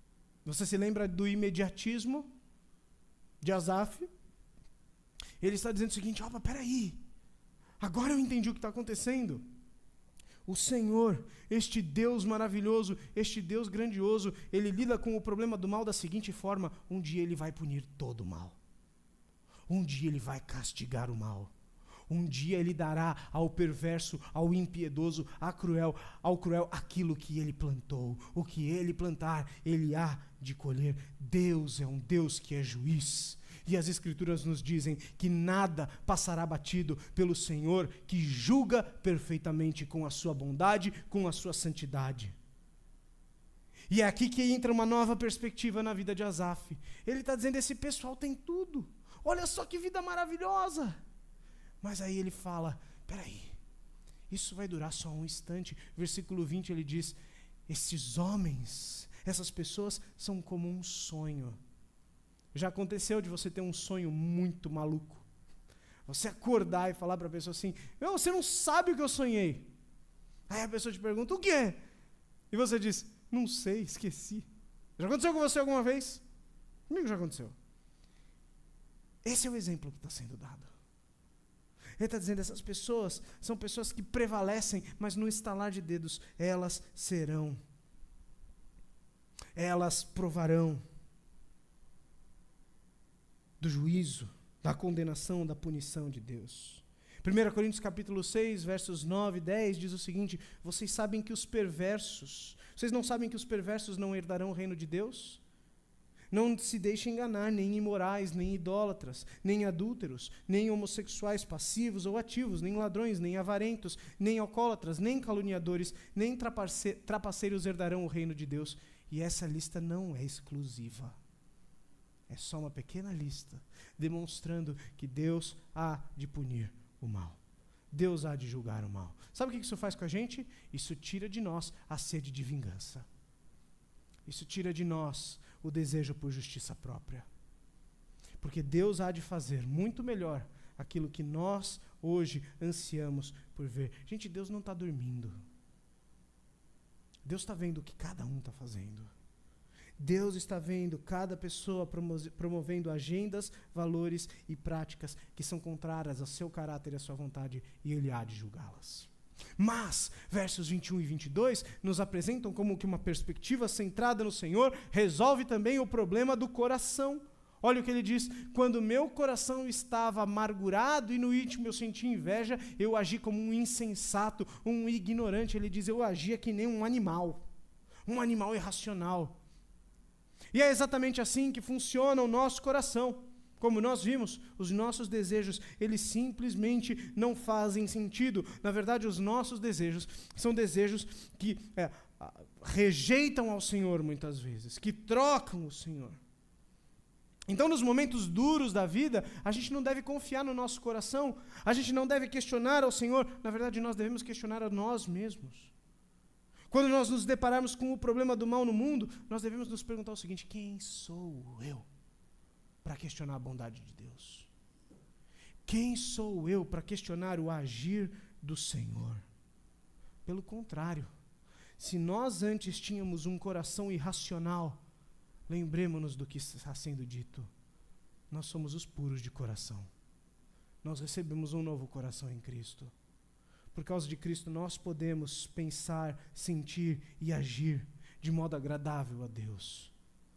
Você se lembra do imediatismo de Asaf? Ele está dizendo o seguinte: opa, peraí, agora eu entendi o que está acontecendo. O Senhor, este Deus maravilhoso, este Deus grandioso, Ele lida com o problema do mal da seguinte forma: um dia Ele vai punir todo o mal. Um dia Ele vai castigar o mal. Um dia Ele dará ao perverso, ao impiedoso, ao cruel, aquilo que ele plantou. O que ele plantar, ele há de colher. Deus é um Deus que é juiz. E as Escrituras nos dizem que nada passará batido pelo Senhor, que julga perfeitamente com a sua bondade, com a sua santidade. E é aqui que entra uma nova perspectiva na vida de Asaf. Ele está dizendo: esse pessoal tem tudo. Olha só que vida maravilhosa. Mas aí ele fala: peraí, isso vai durar só um instante. Versículo 20 ele diz: esses homens, essas pessoas são como um sonho. Já aconteceu de você ter um sonho muito maluco? Você acordar e falar para a pessoa assim: você não sabe o que eu sonhei. Aí a pessoa te pergunta: o que é? E você diz: não sei, esqueci. Já aconteceu com você alguma vez? Comigo já aconteceu. Esse é o exemplo que está sendo dado. Ele está dizendo: essas pessoas são pessoas que prevalecem, mas no estalar de dedos elas serão. Elas provarão do juízo, da condenação, da punição de Deus. 1 Coríntios capítulo 6, versos 9 e 10 diz o seguinte: vocês não sabem que os perversos não herdarão o reino de Deus? Não se deixem enganar, nem imorais, nem idólatras, nem adúlteros, nem homossexuais passivos ou ativos, nem ladrões, nem avarentos, nem alcoólatras, nem caluniadores, nem trapaceiros herdarão o reino de Deus. E essa lista não é exclusiva. É só uma pequena lista, demonstrando que Deus há de punir o mal. Deus há de julgar o mal. Sabe o que isso faz com a gente? Isso tira de nós a sede de vingança. Isso tira de nós o desejo por justiça própria. Porque Deus há de fazer muito melhor aquilo que nós hoje ansiamos por ver. Gente, Deus não está dormindo. Deus está vendo o que cada um está fazendo. Deus está vendo cada pessoa promovendo agendas, valores e práticas que são contrárias ao seu caráter e à sua vontade, e Ele há de julgá-las. Mas, versos 21 e 22 nos apresentam como que uma perspectiva centrada no Senhor resolve também o problema do coração. Olha o que ele diz: quando meu coração estava amargurado e no íntimo eu senti inveja, eu agi como um insensato, um ignorante. Ele diz: eu agia que nem um animal irracional. E é exatamente assim que funciona o nosso coração. Como nós vimos, os nossos desejos, eles simplesmente não fazem sentido. Na verdade, os nossos desejos são desejos que rejeitam ao Senhor muitas vezes, que trocam o Senhor. Então, nos momentos duros da vida, a gente não deve confiar no nosso coração, a gente não deve questionar ao Senhor. Na verdade, nós devemos questionar a nós mesmos. Quando nós nos depararmos com o problema do mal no mundo, nós devemos nos perguntar o seguinte: quem sou eu para questionar a bondade de Deus? Quem sou eu para questionar o agir do Senhor? Pelo contrário, se nós antes tínhamos um coração irracional, lembremos-nos do que está sendo dito. Nós somos os puros de coração. Nós recebemos um novo coração em Cristo. Por causa de Cristo, nós podemos pensar, sentir e agir de modo agradável a Deus.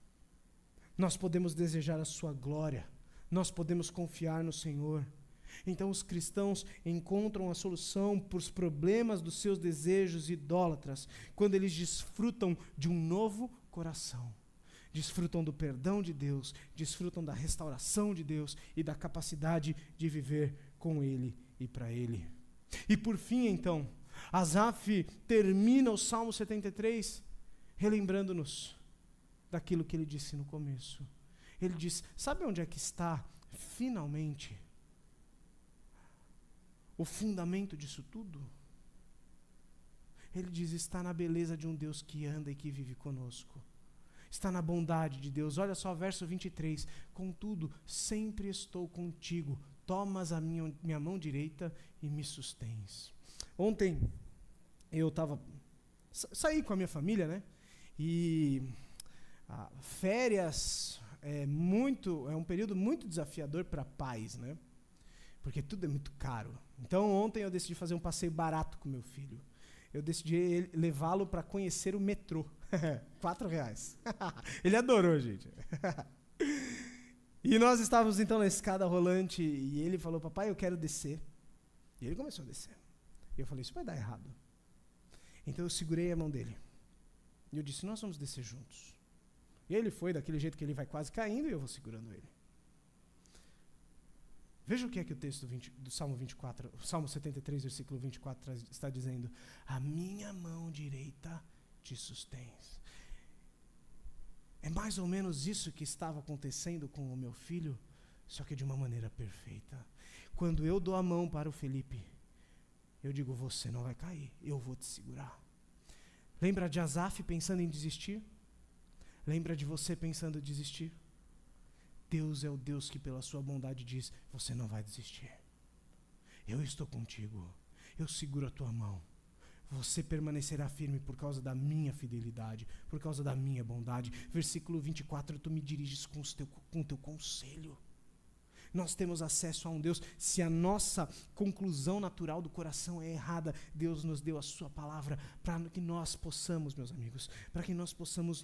Nós podemos desejar a sua glória. Nós podemos confiar no Senhor. Então os cristãos encontram a solução para os problemas dos seus desejos idólatras quando eles desfrutam de um novo coração. Desfrutam do perdão de Deus, desfrutam da restauração de Deus e da capacidade de viver com Ele e para Ele. E por fim, então, Asaf termina o Salmo 73 relembrando-nos daquilo que ele disse no começo. Ele diz: sabe onde é que está, finalmente, o fundamento disso tudo? Ele diz: está na beleza de um Deus que anda e que vive conosco. Está na bondade de Deus. Olha só, verso 23. Contudo, sempre estou contigo. Tomas a minha mão direita e me sustens. Ontem, eu saí com a minha família, né? E Férias é um período muito desafiador para pais, né? Porque tudo é muito caro. Então ontem eu decidi fazer um passeio barato com meu filho. Eu decidi levá-lo para conhecer o metrô. R$4. Ele adorou, gente. E nós estávamos então na escada rolante e ele falou, papai, eu quero descer. E ele começou a descer. E eu falei, isso vai dar errado. Então eu segurei a mão dele. E eu disse, nós vamos descer juntos. E ele foi daquele jeito que ele vai quase caindo e eu vou segurando ele. Veja o que é que o texto do Salmo 24, Salmo 73, versículo 24 está dizendo. A minha mão direita te sustém. É mais ou menos isso que estava acontecendo com o meu filho, só que de uma maneira perfeita. Quando eu dou a mão para o Felipe, eu digo, você não vai cair, eu vou te segurar. Lembra de Asaf pensando em desistir? Lembra de você pensando em desistir? Deus é o Deus que pela sua bondade diz, você não vai desistir. Eu estou contigo, eu seguro a tua mão. Você permanecerá firme por causa da minha fidelidade, por causa da minha bondade. Versículo 24, tu me diriges com o teu conselho. Nós temos acesso a um Deus. Se a nossa conclusão natural do coração é errada, Deus nos deu a sua palavra para que nós possamos, meus amigos, para que nós possamos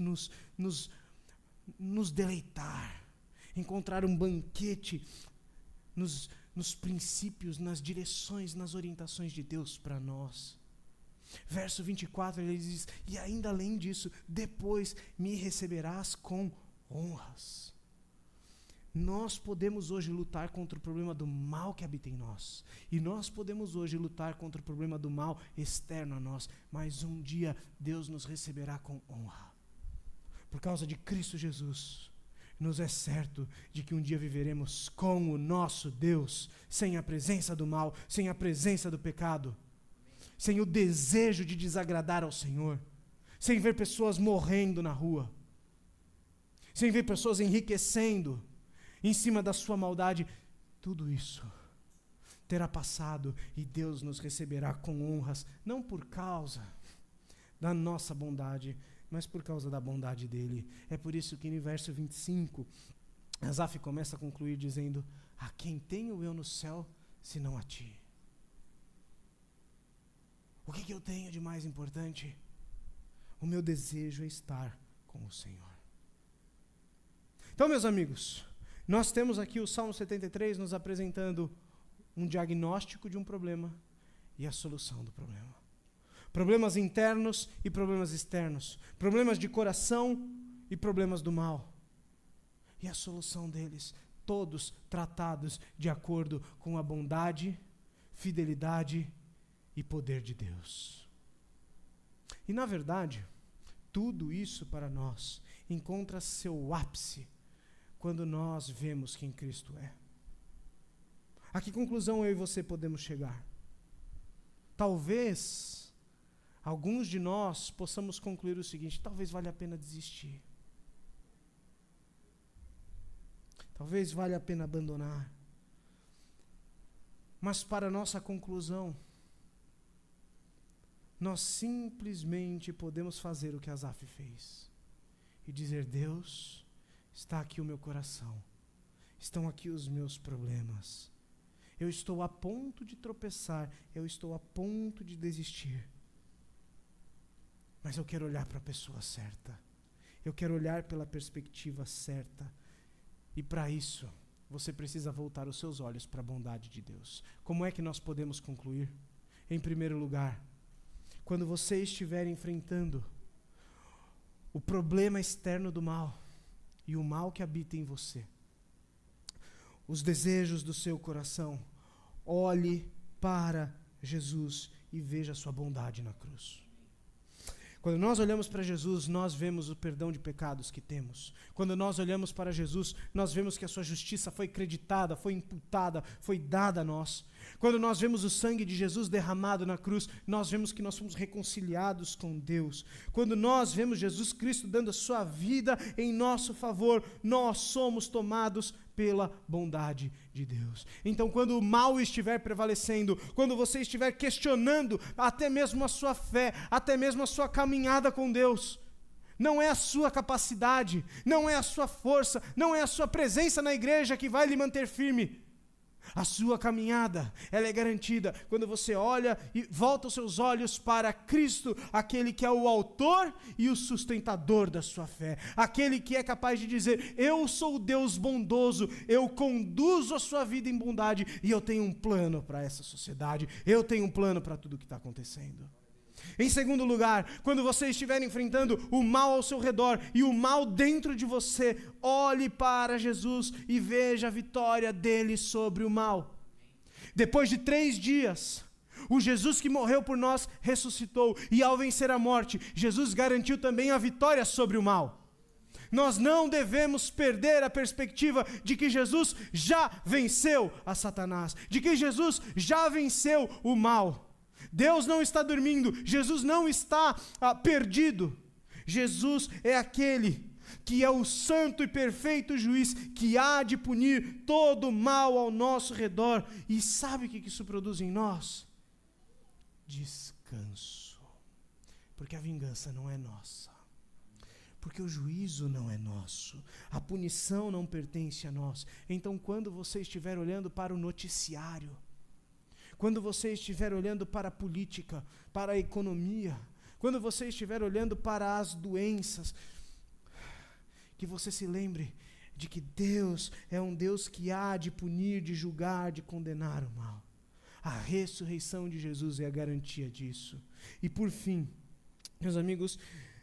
nos deleitar, encontrar um banquete nos princípios, nas direções, nas orientações de Deus para nós. Verso 24, ele diz, e ainda além disso, depois me receberás com honras. Nós podemos hoje lutar contra o problema do mal que habita em nós. E nós podemos hoje lutar contra o problema do mal externo a nós. Mas um dia Deus nos receberá com honra. Por causa de Cristo Jesus, nos é certo de que um dia viveremos com o nosso Deus, sem a presença do mal, sem a presença do pecado, sem o desejo de desagradar ao Senhor, sem ver pessoas morrendo na rua, sem ver pessoas enriquecendo em cima da sua maldade. Tudo isso terá passado e Deus nos receberá com honras, não por causa da nossa bondade, mas por causa da bondade dele. É por isso que no verso 25, Asaf começa a concluir dizendo, a quem tenho eu no céu, senão a ti? O que eu tenho de mais importante? O meu desejo é estar com o Senhor. Então, meus amigos, nós temos aqui o Salmo 73 nos apresentando um diagnóstico de um problema e a solução do problema. Problemas internos e problemas externos. Problemas de coração e problemas do mal. E a solução deles, todos tratados de acordo com a bondade, fidelidade e poder de Deus. E na verdade, tudo isso para nós encontra seu ápice quando nós vemos quem Cristo é. A que conclusão eu e você podemos chegar? Talvez alguns de nós possamos concluir o seguinte: talvez valha a pena desistir. Talvez valha a pena abandonar. Mas para nossa conclusão, nós simplesmente podemos fazer o que Asaf fez e dizer: Deus, está aqui o meu coração, estão aqui os meus problemas, eu estou a ponto de tropeçar, eu estou a ponto de desistir, mas eu quero olhar para a pessoa certa, eu quero olhar pela perspectiva certa, e para isso você precisa voltar os seus olhos para a bondade de Deus. Como é que nós podemos concluir? Em primeiro lugar, quando você estiver enfrentando o problema externo do mal e o mal que habita em você, os desejos do seu coração, olhe para Jesus e veja a sua bondade na cruz. Quando nós olhamos para Jesus, nós vemos o perdão de pecados que temos. Quando nós olhamos para Jesus, nós vemos que a sua justiça foi creditada, foi imputada, foi dada a nós. Quando nós vemos o sangue de Jesus derramado na cruz, nós vemos que nós fomos reconciliados com Deus. Quando nós vemos Jesus Cristo dando a sua vida em nosso favor, nós somos tomados pela bondade de Deus. Então, quando o mal estiver prevalecendo, quando você estiver questionando até mesmo a sua fé, até mesmo a sua caminhada com Deus, Não é a sua capacidade, não é a sua força, não é a sua presença na igreja que vai lhe manter firme. A sua caminhada, ela é garantida quando você olha e volta os seus olhos para Cristo, aquele que é o autor e o sustentador da sua fé, aquele que é capaz de dizer: eu sou o Deus bondoso, eu conduzo a sua vida em bondade e eu tenho um plano para essa sociedade, eu tenho um plano para tudo o que está acontecendo. Em segundo lugar, quando você estiver enfrentando o mal ao seu redor e o mal dentro de você, olhe para Jesus e veja a vitória dele sobre o mal. Depois de 3 dias, o Jesus que morreu por nós ressuscitou, e ao vencer a morte, Jesus garantiu também a vitória sobre o mal. Nós não devemos perder a perspectiva de que Jesus já venceu a Satanás, de que Jesus já venceu o mal. Deus não está dormindo, Jesus não está perdido. Jesus é aquele que é o santo e perfeito juiz que há de punir todo o mal ao nosso redor. E sabe o que isso produz em nós? Descanso. Porque a vingança não é nossa. Porque o juízo não é nosso. A punição não pertence a nós. Então, quando você estiver olhando para o noticiário, quando você estiver olhando para a política, para a economia, quando você estiver olhando para as doenças, que você se lembre de que Deus é um Deus que há de punir, de julgar, de condenar o mal. A ressurreição de Jesus é a garantia disso. E por fim, meus amigos,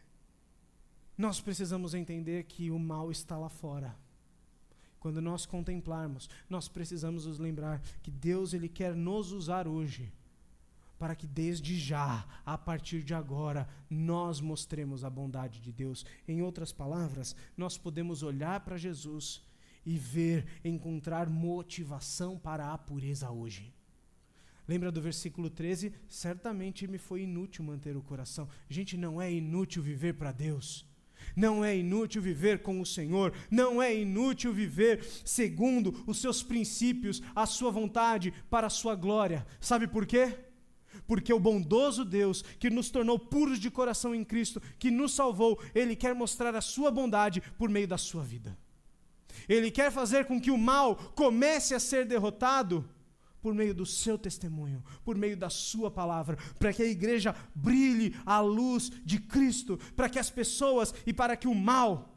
nós precisamos entender que o mal está lá fora. Quando nós contemplarmos, nós precisamos nos lembrar que Deus, Ele quer nos usar hoje, para que desde já, a partir de agora, nós mostremos a bondade de Deus. Em outras palavras, nós podemos olhar para Jesus e encontrar motivação para a pureza hoje. Lembra do versículo 13? Certamente me foi inútil manter o coração. Gente, não é inútil viver para Deus. Não é inútil viver com o Senhor, não é inútil viver segundo os seus princípios, a sua vontade, para a sua glória. Sabe por quê? Porque o bondoso Deus, que nos tornou puros de coração em Cristo, que nos salvou, Ele quer mostrar a sua bondade por meio da sua vida. Ele quer fazer com que o mal comece a ser derrotado por meio do seu testemunho, por meio da sua palavra, para que a igreja brilhe a luz de Cristo, para que as pessoas e para que o mal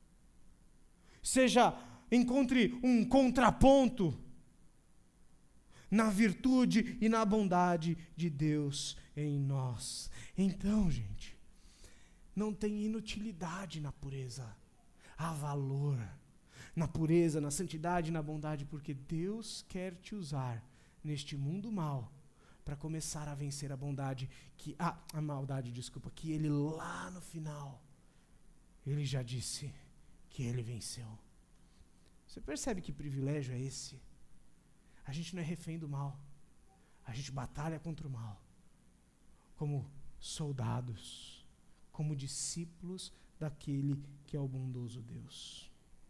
encontre um contraponto na virtude e na bondade de Deus em nós. Então, gente, não tem inutilidade na pureza, há valor na pureza, na santidade, na bondade, porque Deus quer te usar neste mundo mal para começar a vencer a maldade, que Ele lá no final, Ele já disse que Ele venceu. Você percebe que privilégio é esse? A gente não é refém do mal, a gente batalha contra o mal, como soldados, como discípulos daquele que é o bondoso Deus.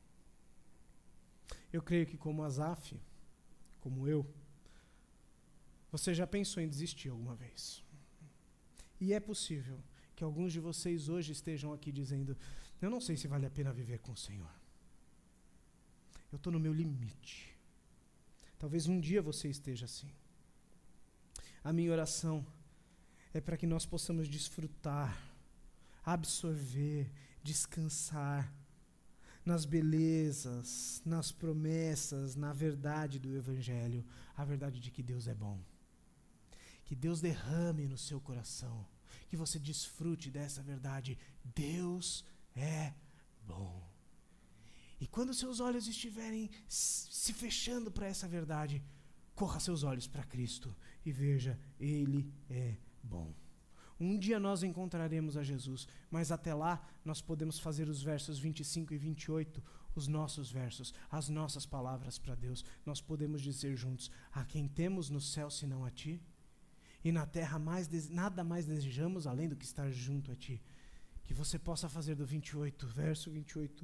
Eu creio que como Asaf, como eu, você já pensou em desistir alguma vez. E é possível que alguns de vocês hoje estejam aqui dizendo: eu não sei se vale a pena viver com o Senhor. Eu estou no meu limite. Talvez um dia você esteja assim. A minha oração é para que nós possamos desfrutar, absorver, descansar nas belezas, nas promessas, na verdade do Evangelho, a verdade de que Deus é bom. Que Deus derrame no seu coração, que você desfrute dessa verdade. Deus é bom. E quando seus olhos estiverem se fechando para essa verdade, corra seus olhos para Cristo e veja, Ele é bom. Um dia nós encontraremos a Jesus, mas até lá nós podemos fazer os versos 25 e 28, os nossos versos, as nossas palavras para Deus. Nós podemos dizer juntos: a quem temos no céu senão a Ti? E na terra nada mais desejamos além do que estar junto a Ti. Que você possa fazer do verso 28,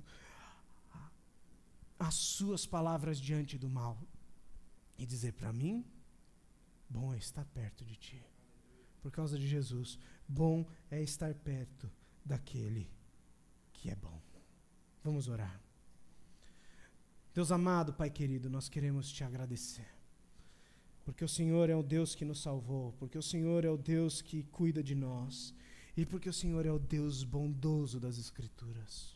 as suas palavras diante do mal e dizer: para mim, bom é estar perto de Ti. Por causa de Jesus, bom é estar perto daquele que é bom. Vamos orar. Deus amado, Pai querido, nós queremos te agradecer. Porque o Senhor é o Deus que nos salvou, porque o Senhor é o Deus que cuida de nós, e porque o Senhor é o Deus bondoso das Escrituras.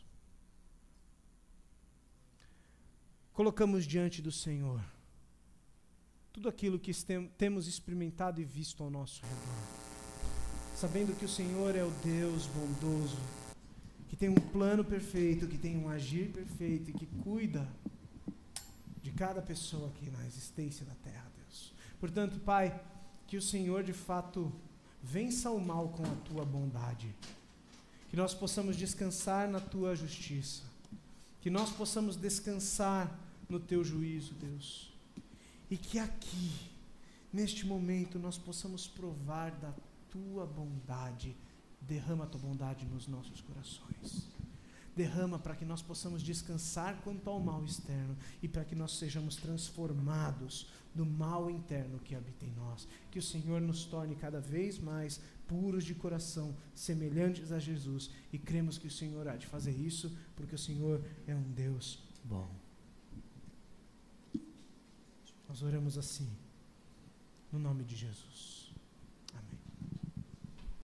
Colocamos diante do Senhor tudo aquilo que temos experimentado e visto ao nosso redor, sabendo que o Senhor é o Deus bondoso, que tem um plano perfeito, que tem um agir perfeito e que cuida de cada pessoa aqui na existência da terra, Deus. Portanto, Pai, que o Senhor de fato vença o mal com a tua bondade, que nós possamos descansar na tua justiça, que nós possamos descansar no teu juízo, Deus, e que aqui, neste momento, nós possamos provar da tua bondade. Derrama a tua bondade nos nossos corações. Derrama para que nós possamos descansar quanto ao mal externo e para que nós sejamos transformados do mal interno que habita em nós. Que o Senhor nos torne cada vez mais puros de coração, semelhantes a Jesus, e cremos que o Senhor há de fazer isso porque o Senhor é um Deus bom. Nós oramos assim, no nome de Jesus.